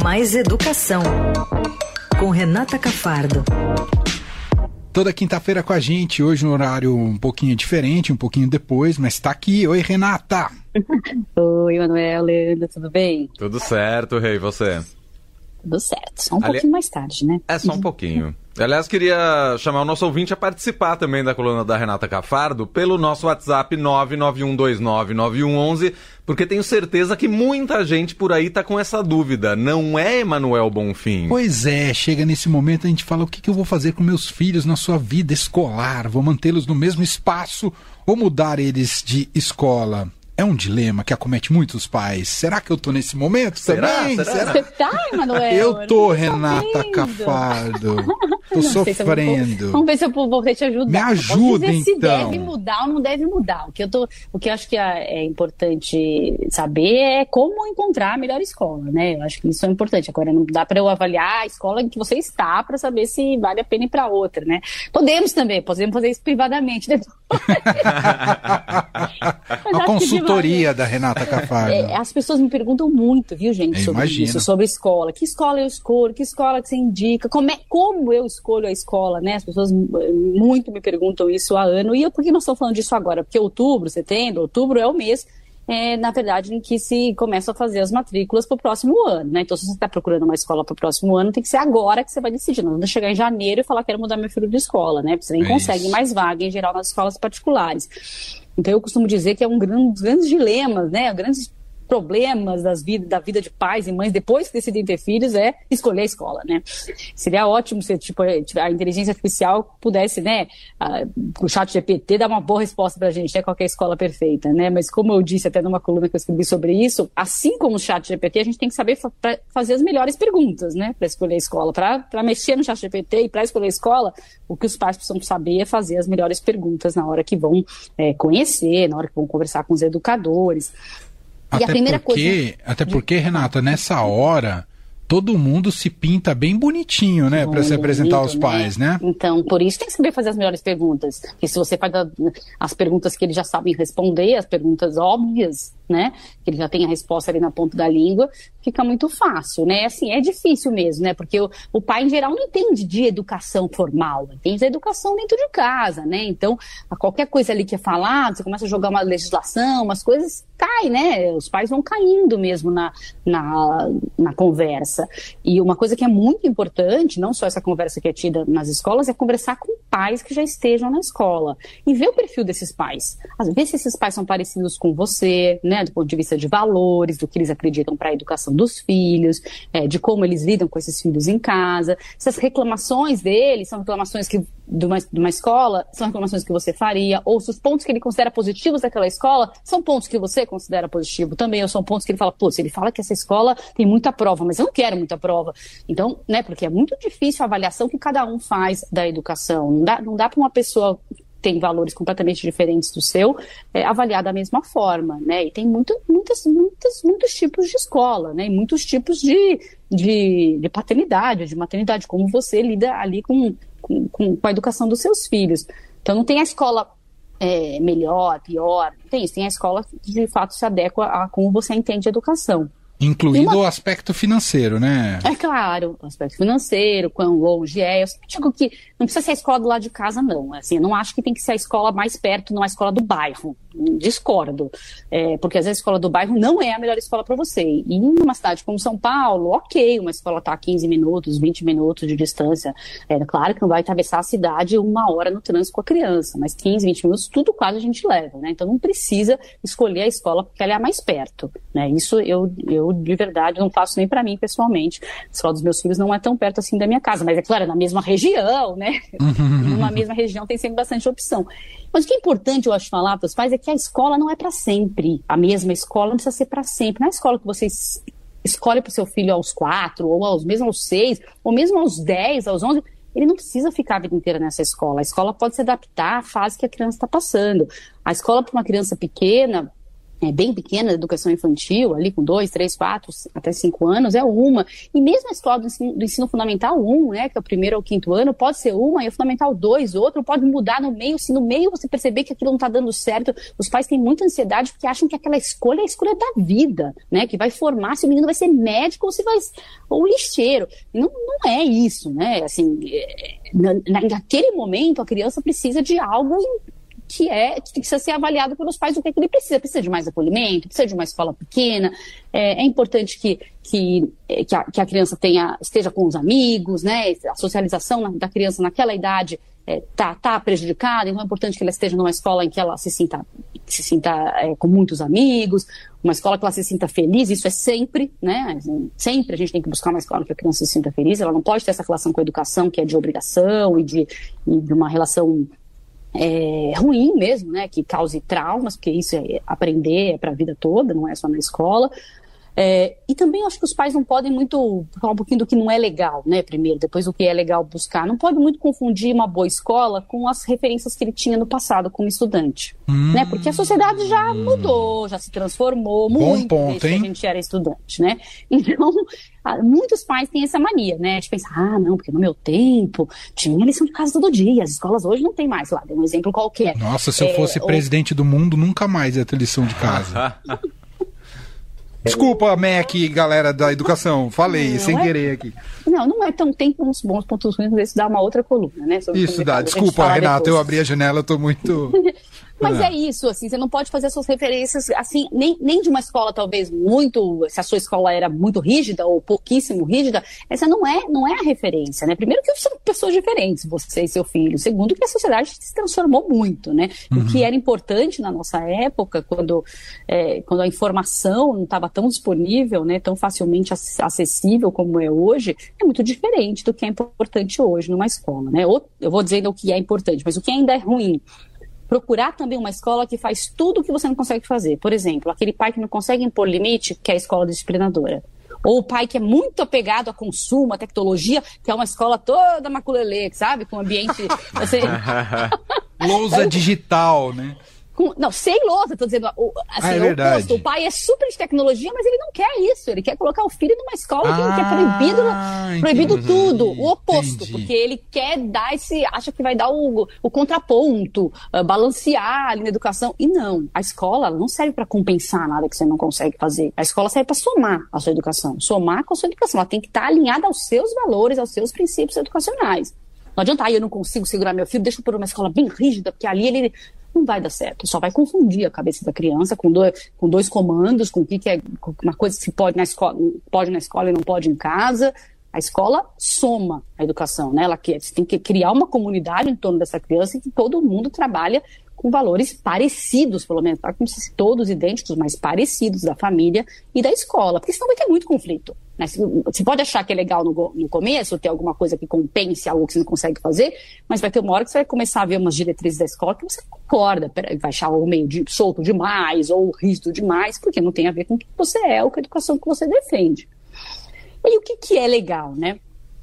Mais Educação, com Renata Cafardo. Toda quinta-feira com a gente, hoje um horário um pouquinho diferente, um pouquinho depois, mas tá aqui. Oi, Renata! Oi, Manuel, Leandro, tudo bem? Tudo certo, Rei, e você? Tudo certo, só um pouquinho mais tarde, né? É, só um pouquinho. Aliás, queria chamar o nosso ouvinte a participar também da coluna da Renata Cafardo pelo nosso WhatsApp 991299111, porque tenho certeza que muita gente por aí tá com essa dúvida. Não é, Emanuel Bonfim? Pois é, chega nesse momento a gente fala o que eu vou fazer com meus filhos na sua vida escolar? Vou mantê-los no mesmo espaço ou mudar eles de escola? É um dilema que acomete muitos pais. Será que eu tô nesse momento também? Será? Você tá, Emanuel? Eu tô, Renata Cafardo. Tô sofrendo. Vamos ver se eu vou te ajudar. Me ajuda, então. Se deve mudar ou não deve mudar. O que eu acho que é importante saber é como encontrar a melhor escola, né? Eu acho que isso é importante. Agora, não dá para eu avaliar a escola em que você está para saber se vale a pena ir para outra, né? Podemos fazer isso privadamente depois. A consultoria da Renata Cafardo. As pessoas me perguntam muito, viu, gente, sobre isso, sobre escola. Que escola eu escolho? Que escola que você indica? Como eu escolho a escola, né? As pessoas muito me perguntam isso há ano. E por que nós estamos falando disso agora? Porque outubro é o mês, na verdade, em que se começa a fazer as matrículas para o próximo ano, né? Então, se você está procurando uma escola para o próximo ano, tem que ser agora que você vai decidir. Não vai chegar em janeiro e falar que quero mudar meu filho de escola, né? Porque você nem consegue mais vaga, em geral, nas escolas particulares. Então, eu costumo dizer que é um dos grandes dilemas, né? Grandes problemas da vida de pais e mães depois que decidem ter filhos é escolher a escola, né? Seria ótimo se a inteligência artificial pudesse, né, o ChatGPT dar uma boa resposta pra gente, qual que é a escola perfeita, né? Mas como eu disse até numa coluna que eu escrevi sobre isso, assim como o ChatGPT, a gente tem que saber fazer as melhores perguntas, né, para escolher a escola. Para mexer no ChatGPT e para escolher a escola, o que os pais precisam saber é fazer as melhores perguntas na hora que vão conhecer, na hora que vão conversar com os educadores. Até porque, Renata, nessa hora, todo mundo se pinta bem bonitinho, né? Para se apresentar aos pais, né? Então, por isso tem que saber fazer as melhores perguntas. Porque se você faz as perguntas que eles já sabem responder, as perguntas óbvias, né? Que ele já tem a resposta ali na ponta da língua, fica muito fácil, né? Assim, é difícil mesmo, né? Porque o pai, em geral, não entende de educação formal, entende de educação dentro de casa, né? Então, qualquer coisa ali que é falado, você começa a jogar uma legislação, umas coisas, cai, né? Os pais vão caindo mesmo na conversa. E uma coisa que é muito importante, não só essa conversa que é tida nas escolas, é conversar com pais que já estejam na escola. E ver o perfil desses pais. Ver se esses pais são parecidos com você, né? Do ponto de vista de valores, do que eles acreditam para a educação dos filhos, de como eles lidam com esses filhos em casa. Essas reclamações deles são reclamações de uma escola, são reclamações que você faria, ou se os pontos que ele considera positivos daquela escola são pontos que você considera positivo também, ou são pontos que ele fala, se ele fala que essa escola tem muita prova, mas eu não quero muita prova. Então, né, porque é muito difícil a avaliação que cada um faz da educação. Não dá para uma pessoa tem valores completamente diferentes do seu, avaliar da mesma forma, né? E tem muitos tipos de escola, né? E muitos tipos de paternidade, de maternidade, como você lida ali com a educação dos seus filhos. Então, não tem a escola melhor, pior, tem isso. Tem a escola que, de fato, se adequa a como você entende a educação. Incluindo o aspecto financeiro, né? É claro, o aspecto financeiro, quão longe é. Eu sempre digo que não precisa ser a escola do lado de casa, não. Assim, eu não acho que tem que ser a escola mais perto, não a escola do bairro. Discordo. Porque às vezes a escola do bairro não é a melhor escola para você. E numa cidade como São Paulo, ok, uma escola está a 15 minutos, 20 minutos de distância. Claro que não vai atravessar a cidade 1 hora no trânsito com a criança, mas 15, 20 minutos, tudo quase a gente leva, né? Então não precisa escolher a escola porque ela é a mais perto, né? Isso eu de verdade não faço nem para mim pessoalmente. A escola dos meus filhos não é tão perto assim da minha casa, mas é claro, é na mesma região, né? Numa mesma região tem sempre bastante opção. Mas o que é importante, eu acho, falar para os pais é que a escola não é para sempre. A mesma escola não precisa ser para sempre. Não é a escola que você escolhe para o seu filho aos 4, ou mesmo aos 6, ou mesmo aos 10, aos 11. Ele não precisa ficar a vida inteira nessa escola. A escola pode se adaptar à fase que a criança está passando. A escola para uma criança pequena, bem pequena, educação infantil, ali com 2, 3, 4, até 5 anos, é uma. E mesmo a escola do ensino fundamental 1, né, que é o 1º ao 5º ano, pode ser uma, e o fundamental 2, outro, pode mudar no meio. Se no meio você perceber que aquilo não está dando certo, os pais têm muita ansiedade porque acham que aquela escolha é a escolha da vida, né, que vai formar se o menino vai ser médico ou lixeiro. Não é isso, né, assim, naquele momento a criança precisa de algo que precisa ser avaliado pelos pais, o que é que ele precisa. Precisa de mais acolhimento, precisa de uma escola pequena, é importante que a criança esteja com os amigos, né? A socialização da criança naquela idade tá prejudicada, então é importante que ela esteja numa escola em que ela se sinta com muitos amigos, uma escola que ela se sinta feliz. Isso é sempre, né? Sempre a gente tem que buscar uma escola que a criança se sinta feliz. Ela não pode ter essa relação com a educação que é de obrigação e de uma relação ruim mesmo, né, que cause traumas, porque isso aprender é para a vida toda, não é só na escola. E também eu acho que os pais não podem muito falar um pouquinho do que não é legal, né, primeiro, depois o que é legal buscar. Não pode muito confundir uma boa escola com as referências que ele tinha no passado como estudante, né, porque a sociedade já mudou, já se transformou muito desde que a gente era estudante, né. Então, muitos pais têm essa mania, né, de pensar, não, porque no meu tempo tinha lição de casa todo dia, as escolas hoje não tem mais, lá, dei um exemplo qualquer. Nossa, se eu fosse presidente do mundo, nunca mais ia ter lição de casa. Desculpa, MEC, galera da educação, falei sem querer aqui. Não é tão, tem uns bons pontos ruins, mas isso dá uma outra coluna, né? Isso dá, desculpa, Renata, eu abri a janela, eu tô muito... Mas é isso, assim, você não pode fazer suas referências, assim, nem de uma escola talvez muito, se a sua escola era muito rígida ou pouquíssimo rígida, essa não é a referência, né? Primeiro que são pessoas diferentes, você e seu filho. Segundo que a sociedade se transformou muito, né? O que era importante na nossa época, quando a informação não estava tão disponível, né, tão facilmente acessível como é hoje, é muito diferente do que é importante hoje numa escola, né? Eu vou dizer o que é importante, mas o que ainda é ruim. Procurar também uma escola que faz tudo o que você não consegue fazer. Por exemplo, aquele pai que não consegue impor limite, que é a escola disciplinadora. Ou o pai que é muito apegado a consumo, a tecnologia, que é uma escola toda maculelê, sabe? Com ambiente... Assim... Lousa digital, né? Não, sem lousa, estou dizendo, assim, é o oposto. O pai é super de tecnologia, mas ele não quer isso. Ele quer colocar o filho numa escola que é proibido tudo. O oposto, porque ele quer dar acha que vai dar o contraponto, balancear ali na educação. E não, a escola não serve para compensar nada que você não consegue fazer. A escola serve para somar a sua educação. Somar com a sua educação. Ela tem que estar alinhada aos seus valores, aos seus princípios educacionais. Não adianta, eu não consigo segurar meu filho, deixa eu pôr uma escola bem rígida, porque ali ele... Não vai dar certo, só vai confundir a cabeça da criança com dois comandos, com o que é uma coisa que se pode na escola e não pode em casa. A escola soma a educação, né? Você tem que criar uma comunidade em torno dessa criança e que todo mundo trabalha com valores parecidos, pelo menos, não sei se todos idênticos, mas parecidos da família e da escola, porque senão vai ter muito conflito, né? Você pode achar que é legal no começo, ter alguma coisa que compense algo que você não consegue fazer, mas vai ter uma hora que você vai começar a ver umas diretrizes da escola que você não concorda, vai achar algo meio solto demais ou rígido demais, porque não tem a ver com o que você é ou com a educação que você defende. E o que é legal, né?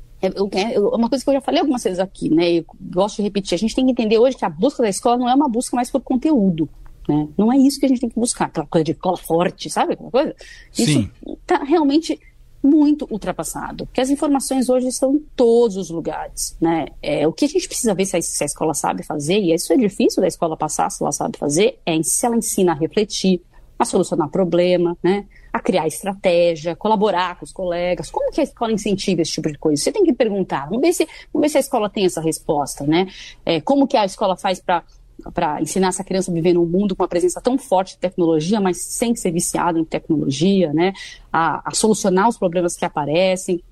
Uma coisa que eu já falei algumas vezes aqui, né? Eu gosto de repetir. A gente tem que entender hoje que a busca da escola não é uma busca mais por conteúdo, né? Não é isso que a gente tem que buscar, aquela coisa de escola forte, sabe? Aquela coisa? Isso está realmente muito ultrapassado, porque as informações hoje estão em todos os lugares, né? O que a gente precisa ver se a escola sabe fazer, e isso é difícil da escola passar, se ela sabe fazer, se ela ensina a refletir, a solucionar problema, né? A criar estratégia, colaborar com os colegas. Como que a escola incentiva esse tipo de coisa? Você tem que perguntar. Vamos ver se a escola tem essa resposta, né? Como que a escola faz para ensinar essa criança a viver num mundo com uma presença tão forte de tecnologia, mas sem ser viciado em tecnologia, né? A solucionar os problemas que aparecem,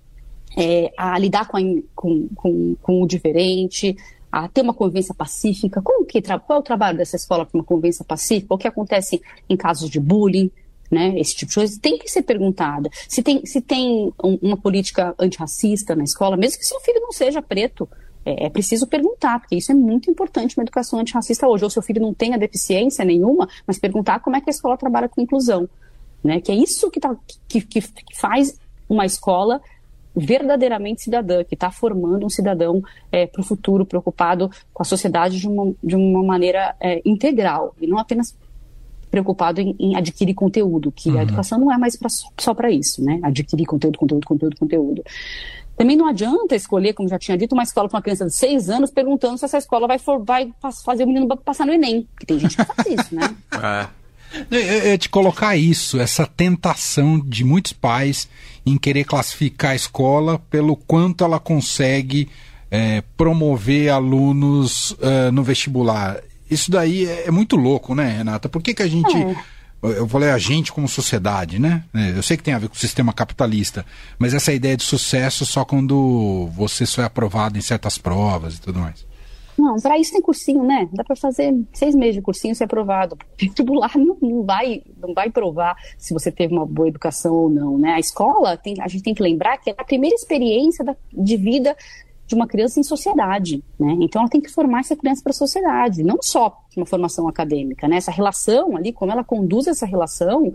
a lidar com o diferente, a ter uma convivência pacífica. Qual é o trabalho dessa escola para uma convivência pacífica? O que acontece em casos de bullying, né? Esse tipo de coisa tem que ser perguntada. Se tem uma política antirracista na escola, mesmo que seu filho não seja preto, é preciso perguntar, porque isso é muito importante na educação antirracista hoje. Ou seu filho não tenha deficiência nenhuma, mas perguntar como é que a escola trabalha com inclusão, né? Que é isso que faz uma escola verdadeiramente cidadã, que está formando um cidadão para o futuro, preocupado com a sociedade de uma maneira integral, e não apenas preocupado em adquirir conteúdo, que a educação não é mais só para isso, né? Adquirir conteúdo. Também não adianta escolher, como já tinha dito, uma escola para uma criança de 6 anos perguntando se essa escola vai fazer o menino passar no Enem, porque tem gente que faz isso, né? É de colocar isso, essa tentação de muitos pais em querer classificar a escola pelo quanto ela consegue promover alunos no vestibular. Isso daí é muito louco, né, Renata? Por que a gente... Eu falei a gente como sociedade, né? Eu sei que tem a ver com o sistema capitalista, mas essa ideia de sucesso só quando você só é aprovado em certas provas e tudo mais. Não, para isso tem cursinho, né? Dá para fazer 6 meses de cursinho e ser aprovado. Vestibular não vai provar se você teve uma boa educação ou não, né? A escola, a gente tem que lembrar que é a primeira experiência de vida de uma criança em sociedade, né? Então ela tem que formar essa criança para a sociedade, não só uma formação acadêmica, né? Essa relação ali, como ela conduz essa relação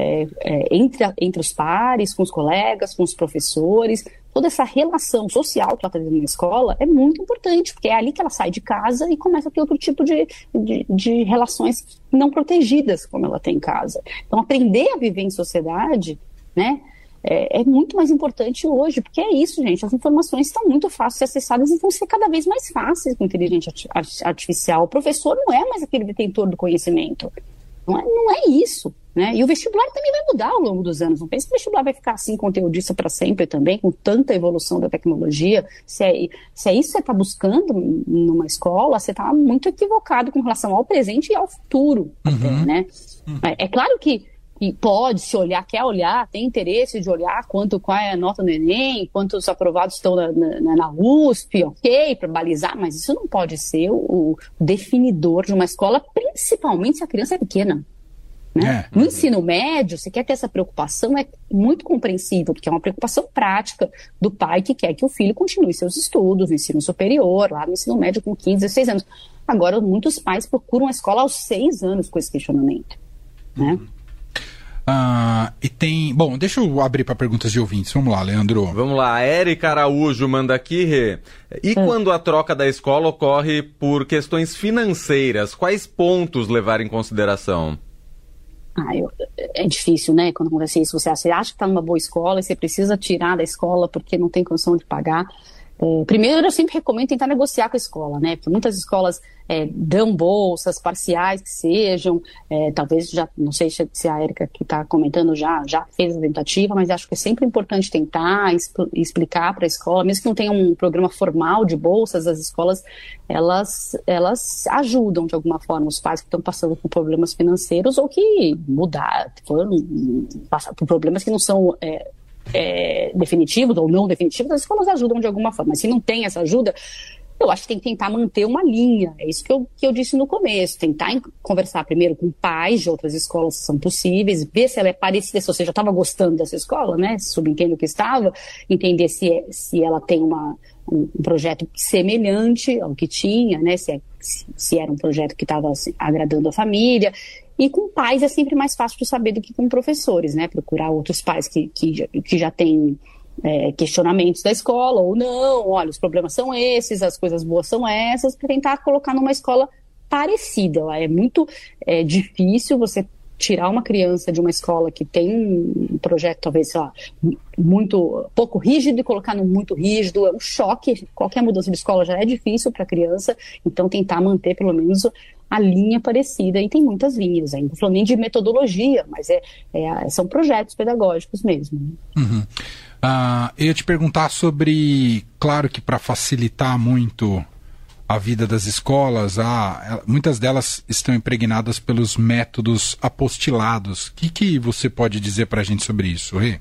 entre os pares, com os colegas, com os professores, toda essa relação social que ela está tendo na escola é muito importante, porque é ali que ela sai de casa e começa a ter outro tipo de relações não protegidas, como ela tem em casa. Então aprender a viver em sociedade, né? É muito mais importante hoje, porque é isso, gente, as informações estão muito fáceis de acessadas e vão ser cada vez mais fáceis com inteligência artificial. O professor não é mais aquele detentor do conhecimento, não é isso, né? E o vestibular também vai mudar ao longo dos anos, não pense que o vestibular vai ficar assim conteudista para sempre também, com tanta evolução da tecnologia. Se é isso que você está buscando numa escola, você está muito equivocado com relação ao presente e ao futuro, até, né? É claro que pode se olhar, quer olhar, tem interesse de olhar qual é a nota no Enem, quantos aprovados estão na USP, ok, para balizar, mas isso não pode ser o definidor de uma escola, principalmente se a criança é pequena. Né? No ensino médio, você quer ter essa preocupação, é muito compreensível, porque é uma preocupação prática do pai que quer que o filho continue seus estudos no ensino superior, lá no ensino médio com 15, 16 anos. Agora, muitos pais procuram a escola aos 6 anos com esse questionamento, né? E tem... Bom, deixa eu abrir para perguntas de ouvintes. Vamos lá, Leandro. Vamos lá, a Érica Araújo manda aqui, Rê. E quando a troca da escola ocorre por questões financeiras, quais pontos levar em consideração? É difícil, né, quando acontece isso. Você acha que está numa boa escola e você precisa tirar da escola porque não tem condição de pagar. Primeiro, eu sempre recomendo tentar negociar com a escola, né? Porque muitas escolas dão bolsas parciais que sejam, talvez já, não sei se a Érica que está comentando já fez a tentativa, mas acho que é sempre importante tentar explicar para a escola, mesmo que não tenha um programa formal de bolsas, as escolas, elas ajudam de alguma forma os pais que estão passando por problemas financeiros ou que passar por problemas que não são definitivos ou não definitivos, as escolas ajudam de alguma forma. Mas se não tem essa ajuda, eu acho que tem que tentar manter uma linha. É isso que eu disse no começo. Tentar conversar primeiro com pais de outras escolas que são possíveis, ver se ela é parecida, se você já estava gostando dessa escola, né? Subentendo que estava, entender se ela tem um projeto semelhante ao que tinha, né? Se era um projeto que estava assim, agradando a família. E com pais é sempre mais fácil de saber do que com professores, né? Procurar outros pais que já têm questionamentos da escola ou não. Olha, os problemas são esses, as coisas boas são essas, para tentar colocar numa escola parecida. É muito difícil você tirar uma criança de uma escola que tem um projeto, talvez, sei lá, pouco rígido e colocar no muito rígido. É um choque. Qualquer mudança de escola já é difícil para a criança, então tentar manter pelo menos a linha parecida, e tem muitas linhas, não estou falando nem de metodologia, mas são projetos pedagógicos mesmo. Eu ia te perguntar sobre, claro que para facilitar muito a vida das escolas, muitas delas estão impregnadas pelos métodos apostilados. O que você pode dizer para a gente sobre isso, Rê?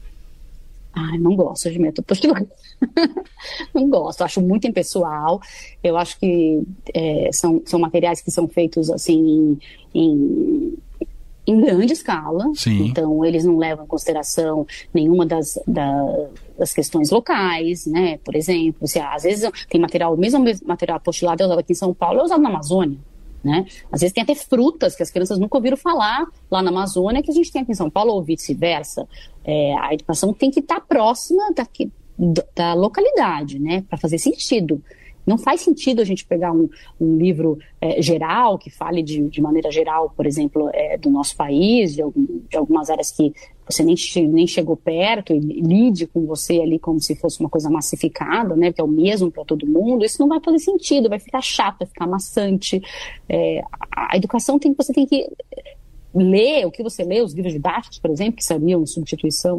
Não gosto de método apostolado. Não gosto, acho muito impessoal. Eu acho que são materiais que são feitos assim em grande escala. Sim. Então eles não levam em consideração nenhuma das questões locais, né? Por exemplo, às vezes tem o mesmo material apostilado é usado aqui em São Paulo, é usado na Amazônia. Né? Às vezes tem até frutas que as crianças nunca ouviram falar lá na Amazônia, que a gente tem aqui em São Paulo, ou vice-versa. A educação tem que estar próxima da localidade, né? Para fazer sentido. Não faz sentido a gente pegar um livro geral, que fale de maneira geral, por exemplo, do nosso país, de algumas áreas que você nem chegou perto, e lide com você ali como se fosse uma coisa massificada, né, que é o mesmo para todo mundo. Isso não vai fazer sentido, vai ficar chato, vai ficar maçante. A educação você tem que ler o que você lê, os livros didáticos, por exemplo, que seriam em substituição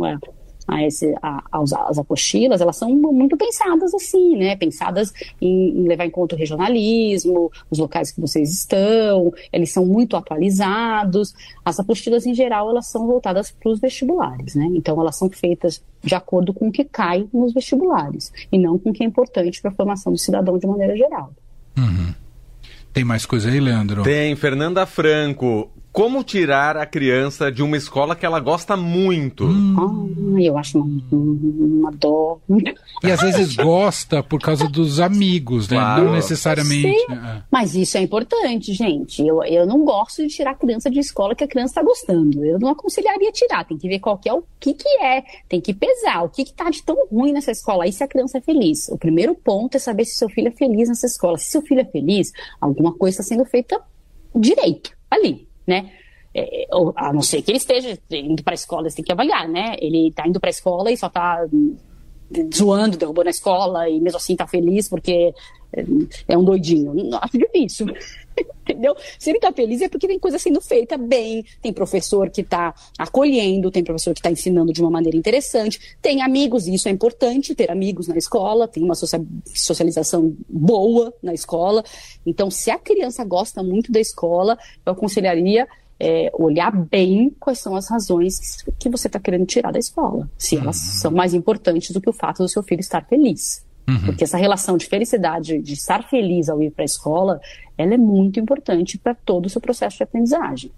às apostilas, elas são muito pensadas assim, né? Pensadas em levar em conta o regionalismo, os locais que vocês estão, eles são muito atualizados. As apostilas, em geral, elas são voltadas para os vestibulares, né? Então, elas são feitas de acordo com o que cai nos vestibulares, e não com o que é importante para a formação do cidadão de maneira geral. Uhum. Tem mais coisa aí, Leandro? Tem. Fernanda Franco. Como tirar a criança de uma escola que ela gosta muito? Eu acho uma dó. E às vezes gosta por causa dos amigos, né? Claro. Não necessariamente. Mas isso é importante, gente. Eu não gosto de tirar a criança de escola que a criança está gostando. Eu não aconselharia tirar. Tem que ver qual que é, o que é. Tem que pesar. O que está de tão ruim nessa escola aí se a criança é feliz. O primeiro ponto é saber se seu filho é feliz nessa escola. Se seu filho é feliz, alguma coisa está sendo feita direito ali, né? A não ser que ele esteja indo para a escola, você tem que avaliar, né? Ele está indo para a escola e só está zoando, derrubando a escola e mesmo assim está feliz porque é um doidinho. Não, acho difícil. Entendeu? Se ele está feliz é porque tem coisa sendo feita bem, tem professor que está acolhendo, tem professor que está ensinando de uma maneira interessante, tem amigos, e isso é importante, ter amigos na escola, tem uma socialização boa na escola. Então, se a criança gosta muito da escola, eu aconselharia olhar bem quais são as razões que você está querendo tirar da escola, se elas são mais importantes do que o fato do seu filho estar feliz. Porque essa relação de felicidade, de estar feliz ao ir para a escola, ela é muito importante para todo o seu processo de aprendizagem.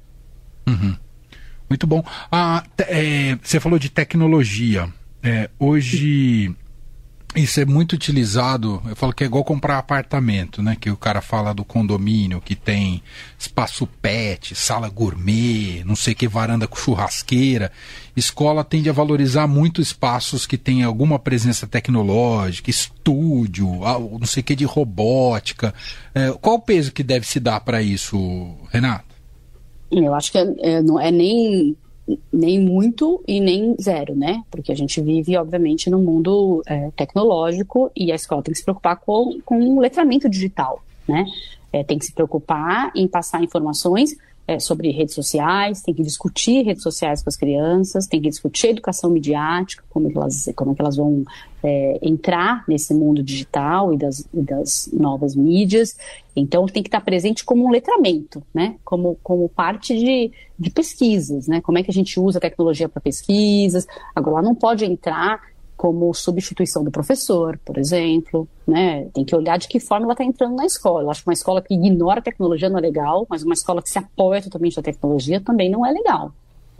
Muito bom. Você falou de tecnologia. Hoje isso é muito utilizado. Eu falo que é igual comprar apartamento, né? Que o cara fala do condomínio, que tem espaço pet, sala gourmet, não sei o que, varanda com churrasqueira. Escola tende a valorizar muito espaços que tem alguma presença tecnológica, estúdio, não sei o que de robótica. Qual o peso que deve se dar para isso, Renato? Eu acho que não é nem muito e nem zero, né? Porque a gente vive, obviamente, num mundo tecnológico e a escola tem que se preocupar com o letramento digital, né? Tem que se preocupar em passar informações sobre redes sociais, tem que discutir redes sociais com as crianças, tem que discutir educação midiática, como é que elas vão entrar nesse mundo digital e das novas mídias. Então tem que estar presente como um letramento, né? Como parte de pesquisas, né? Como é que a gente usa a tecnologia para pesquisas. Agora, ela não pode entrar como substituição do professor, por exemplo, né? Tem que olhar de que forma ela está entrando na escola. Eu acho que uma escola que ignora a tecnologia não é legal, mas uma escola que se apoia totalmente na tecnologia também não é legal.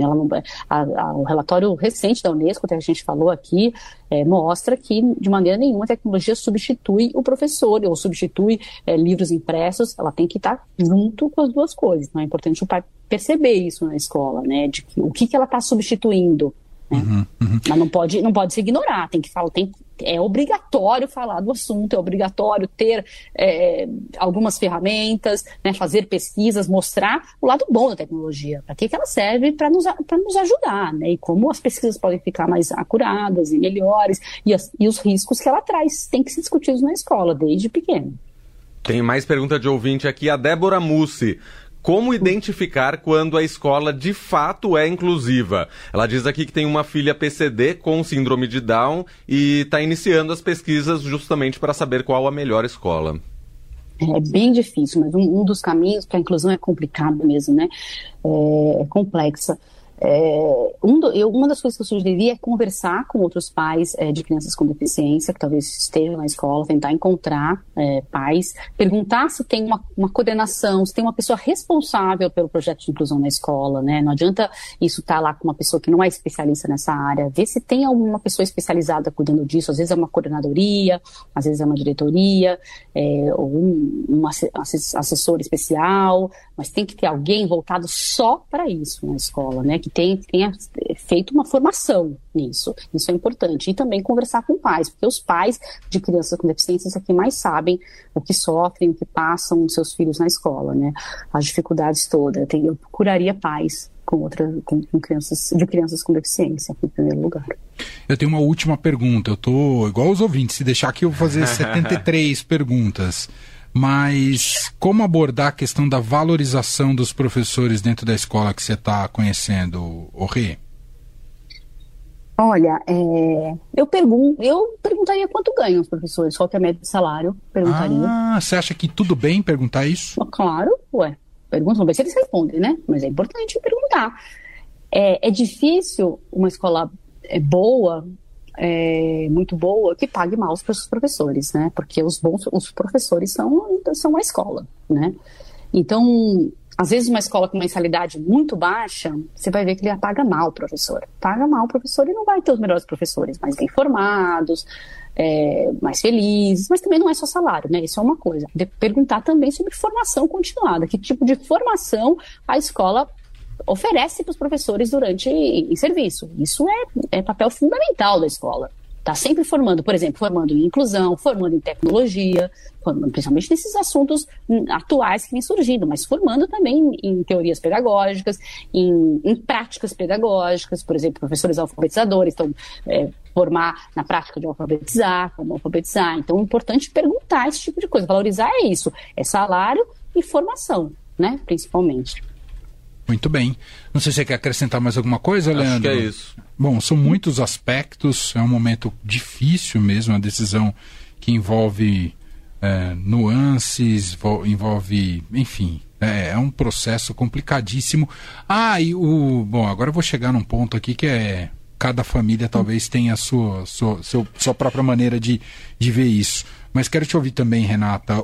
O relatório recente da Unesco, que a gente falou aqui, mostra que de maneira nenhuma a tecnologia substitui o professor ou substitui livros impressos. Ela tem que estar junto com as duas coisas. Então é importante o pai perceber isso na escola, né? De que, o que ela está substituindo. Mas não pode se ignorar, tem que falar, é obrigatório falar do assunto, é obrigatório ter algumas ferramentas, né, fazer pesquisas, mostrar o lado bom da tecnologia, para que ela serve para nos ajudar, né, e como as pesquisas podem ficar mais acuradas e melhores, e os riscos que ela traz têm que ser discutidos na escola, desde pequeno. Tem mais pergunta de ouvinte aqui, a Débora Mussi. Como identificar quando a escola de fato é inclusiva? Ela diz aqui que tem uma filha PCD com síndrome de Down e está iniciando as pesquisas justamente para saber qual a melhor escola. É bem difícil, mas um dos caminhos para a inclusão é complicado mesmo, né? É complexa. Uma das coisas que eu sugeriria é conversar com outros pais de crianças com deficiência, que talvez estejam na escola, tentar encontrar pais, perguntar se tem uma coordenação, se tem uma pessoa responsável pelo projeto de inclusão na escola, né? Não adianta isso estar lá com uma pessoa que não é especialista nessa área, ver se tem alguma pessoa especializada cuidando disso. Às vezes é uma coordenadoria, às vezes é uma diretoria, ou um assessor especial, mas tem que ter alguém voltado só para isso na escola, né? Que que tenha feito uma formação nisso. Isso é importante. E também conversar com pais, porque os pais de crianças com deficiências é quem mais sabem o que sofrem, o que passam os seus filhos na escola, né? As dificuldades todas. Eu procuraria pais com crianças com deficiência, em primeiro lugar. Eu tenho uma última pergunta. Eu tô igual os ouvintes. Se deixar aqui, eu vou fazer 73 perguntas. Mas como abordar a questão da valorização dos professores dentro da escola que você está conhecendo, Rê? Olha, eu perguntaria quanto ganham os professores, qual que é a média de salário, perguntaria. Você acha que tudo bem perguntar isso? Claro, pergunta, vamos ver se eles respondem, né? Mas é importante perguntar. É difícil uma escola boa, muito boa, que pague mal os professores, né? Porque os professores são a escola, né? Então, às vezes uma escola com mensalidade muito baixa, você vai ver que ele paga mal o professor. Paga mal o professor e não vai ter os melhores professores, mais bem formados, mais felizes, mas também não é só salário, né? Isso é uma coisa. Perguntar também sobre formação continuada. Que tipo de formação a escola oferece para os professores durante em serviço. Isso é papel fundamental da escola. Está sempre formando, por exemplo, formando em inclusão, formando em tecnologia, principalmente nesses assuntos atuais que vêm surgindo, mas formando também em teorias pedagógicas, em práticas pedagógicas, por exemplo, professores alfabetizadores, então formar na prática de alfabetizar, como alfabetizar. Então é importante perguntar esse tipo de coisa, valorizar isso, salário e formação, né, principalmente. Muito bem. Não sei se você quer acrescentar mais alguma coisa, Leandro? Acho que é isso. Bom, são muitos aspectos, é um momento difícil mesmo, uma decisão que envolve nuances, envolve, enfim, é um processo complicadíssimo. Bom, agora eu vou chegar num ponto aqui que cada família talvez tenha a sua própria maneira de ver isso. Mas quero te ouvir também, Renata,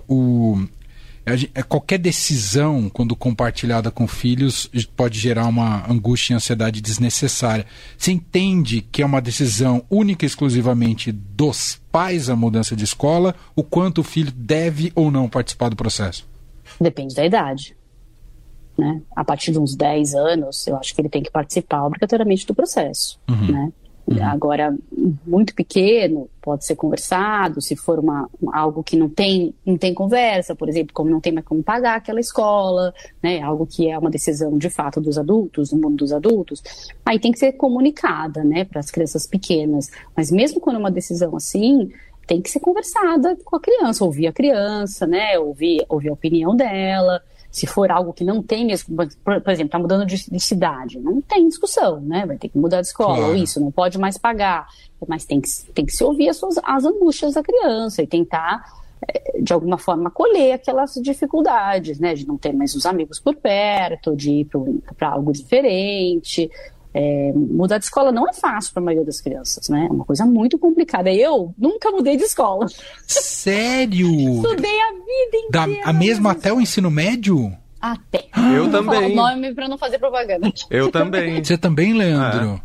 qualquer decisão, quando compartilhada com filhos, pode gerar uma angústia e ansiedade desnecessária. Você entende que é uma decisão única e exclusivamente dos pais a mudança de escola? O quanto o filho deve ou não participar do processo? Depende da idade, né? A partir de uns 10 anos, eu acho que ele tem que participar obrigatoriamente do processo, né? Agora, muito pequeno, pode ser conversado, se for algo que não tem conversa, por exemplo, como não tem mais como pagar aquela escola, né, algo que é uma decisão de fato dos adultos, do mundo dos adultos, aí tem que ser comunicada, né, para as crianças pequenas. Mas mesmo quando é uma decisão assim, tem que ser conversada com a criança, ouvir a criança, né, ouvir a opinião dela. Se for algo que não tem mesmo, por exemplo, está mudando de cidade, não tem discussão, né? Vai ter que mudar de escola, claro. Ou isso, não pode mais pagar. Mas tem que se ouvir as angústias da criança e tentar, de alguma forma, acolher aquelas dificuldades, né? De não ter mais os amigos por perto, de ir para algo diferente. Mudar de escola não é fácil para a maioria das crianças, né? É uma coisa muito complicada. Eu nunca mudei de escola. Sério? Estudei a vida inteira. A mesma até o ensino médio? Até. Eu também. Vou falar o nome para não fazer propaganda. Eu também. Você também, Leandro?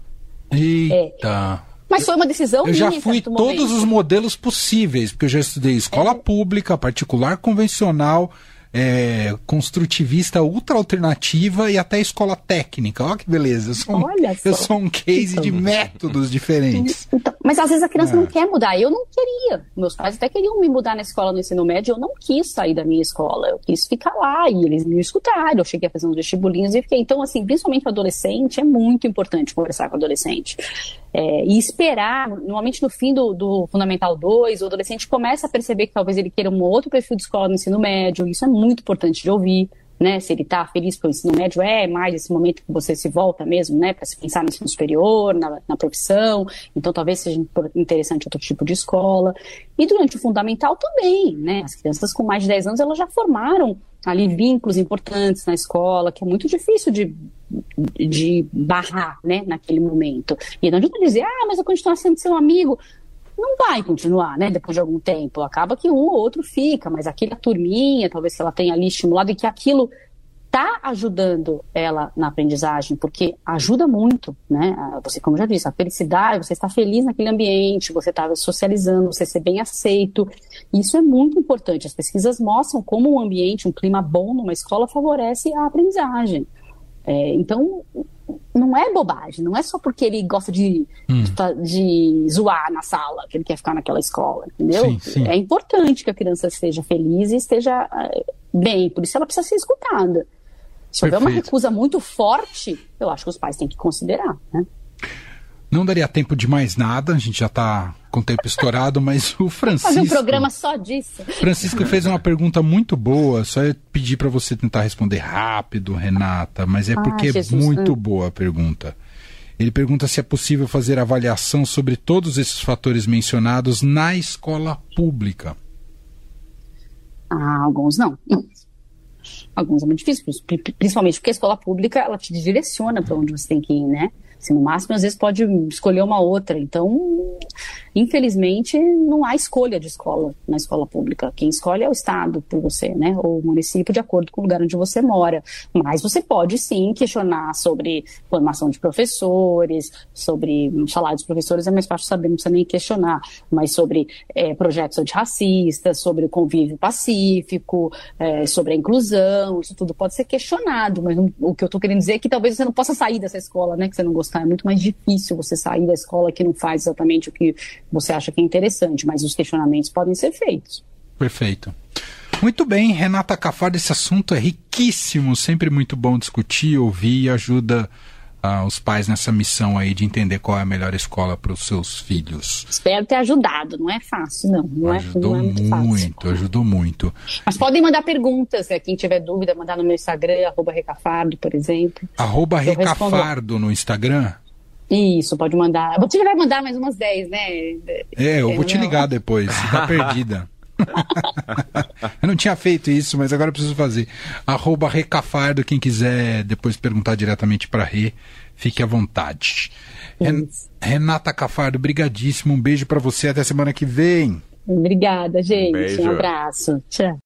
Eita. Mas foi uma decisão minha. Eu já fui todos os modelos possíveis, porque eu já estudei escola pública, particular, convencional, construtivista, ultra alternativa e até escola técnica. Olha que beleza. Eu sou um case de métodos diferentes. Então, mas às vezes a criança não quer mudar. Eu não queria. Meus pais até queriam me mudar na escola no ensino médio. Eu não quis sair da minha escola. Eu quis ficar lá e eles me escutaram. Eu cheguei a fazer uns vestibulinhos e fiquei. Então, assim, principalmente o adolescente, é muito importante conversar com o adolescente. E esperar, normalmente no fim do Fundamental 2, o adolescente começa a perceber que talvez ele queira um outro perfil de escola no ensino médio. Isso é muito importante de ouvir, né? Se ele está feliz pelo ensino médio, mais esse momento que você se volta mesmo, né? Para se pensar no ensino superior, na profissão. Então talvez seja interessante outro tipo de escola. E durante o Fundamental também, né? As crianças com mais de 10 anos, elas já formaram ali vínculos importantes na escola, que é muito difícil de barrar, né, naquele momento. E não adianta dizer, mas eu continuar sendo seu amigo. Não vai continuar, né, depois de algum tempo. Acaba que um ou outro fica, mas aquela turminha, talvez que ela tenha ali estimulado e que aquilo está ajudando ela na aprendizagem, porque ajuda muito, né? Você, como já disse, a felicidade, você está feliz naquele ambiente, você está socializando, você ser bem aceito. Isso é muito importante. As pesquisas mostram como um ambiente, um clima bom numa escola favorece a aprendizagem. Então, não é bobagem, não é só porque ele gosta de zoar na sala que ele quer ficar naquela escola, entendeu? Sim, sim. É importante que a criança esteja feliz e esteja bem, por isso ela precisa ser escutada. Se houver uma recusa muito forte, eu acho que os pais têm que considerar, né? Não daria tempo de mais nada, a gente já está com o tempo estourado, mas o Francisco... Fazer um programa só disso. Francisco fez uma pergunta muito boa, só eu pedi para você tentar responder rápido, Renata, mas é porque é muito boa a pergunta. Ele pergunta se é possível fazer avaliação sobre todos esses fatores mencionados na escola pública. Alguns não. Alguns é muito difícil, principalmente porque a escola pública, ela te direciona para onde você tem que ir, né? Assim, no máximo, às vezes pode escolher uma outra. Então, infelizmente, não há escolha de escola na escola pública. Quem escolhe é o Estado por você, né? Ou o município, de acordo com o lugar onde você mora. Mas você pode, sim, questionar sobre formação de professores, sobre o salário dos professores, é mais fácil saber, não precisa nem questionar. Mas sobre projetos antirracistas, sobre o convívio pacífico, sobre a inclusão, isso tudo pode ser questionado. Mas o que eu estou querendo dizer é que talvez você não possa sair dessa escola, né? Que você não gostar. É muito mais difícil você sair da escola que não faz exatamente o que você acha que é interessante, mas os questionamentos podem ser feitos. Perfeito. Muito bem, Renata Cafardo, esse assunto é riquíssimo, sempre muito bom discutir, ouvir e ajuda os pais nessa missão aí de entender qual é a melhor escola para os seus filhos. Espero ter ajudado, não é fácil, não. Ajudou muito, ajudou muito. Mas podem mandar perguntas, quem tiver dúvida, mandar no meu Instagram, @recafardo, por exemplo. @recafardo no Instagram? Isso, pode mandar. Você vai mandar mais umas 10, né? Eu vou te ligar depois, você tá perdida. Eu não tinha feito isso, mas agora eu preciso fazer. @recafardo, quem quiser depois perguntar diretamente para Rê, fique à vontade. Renata Cafardo, brigadíssimo, um beijo para você, até semana que vem. Obrigada, gente, Um abraço, tchau.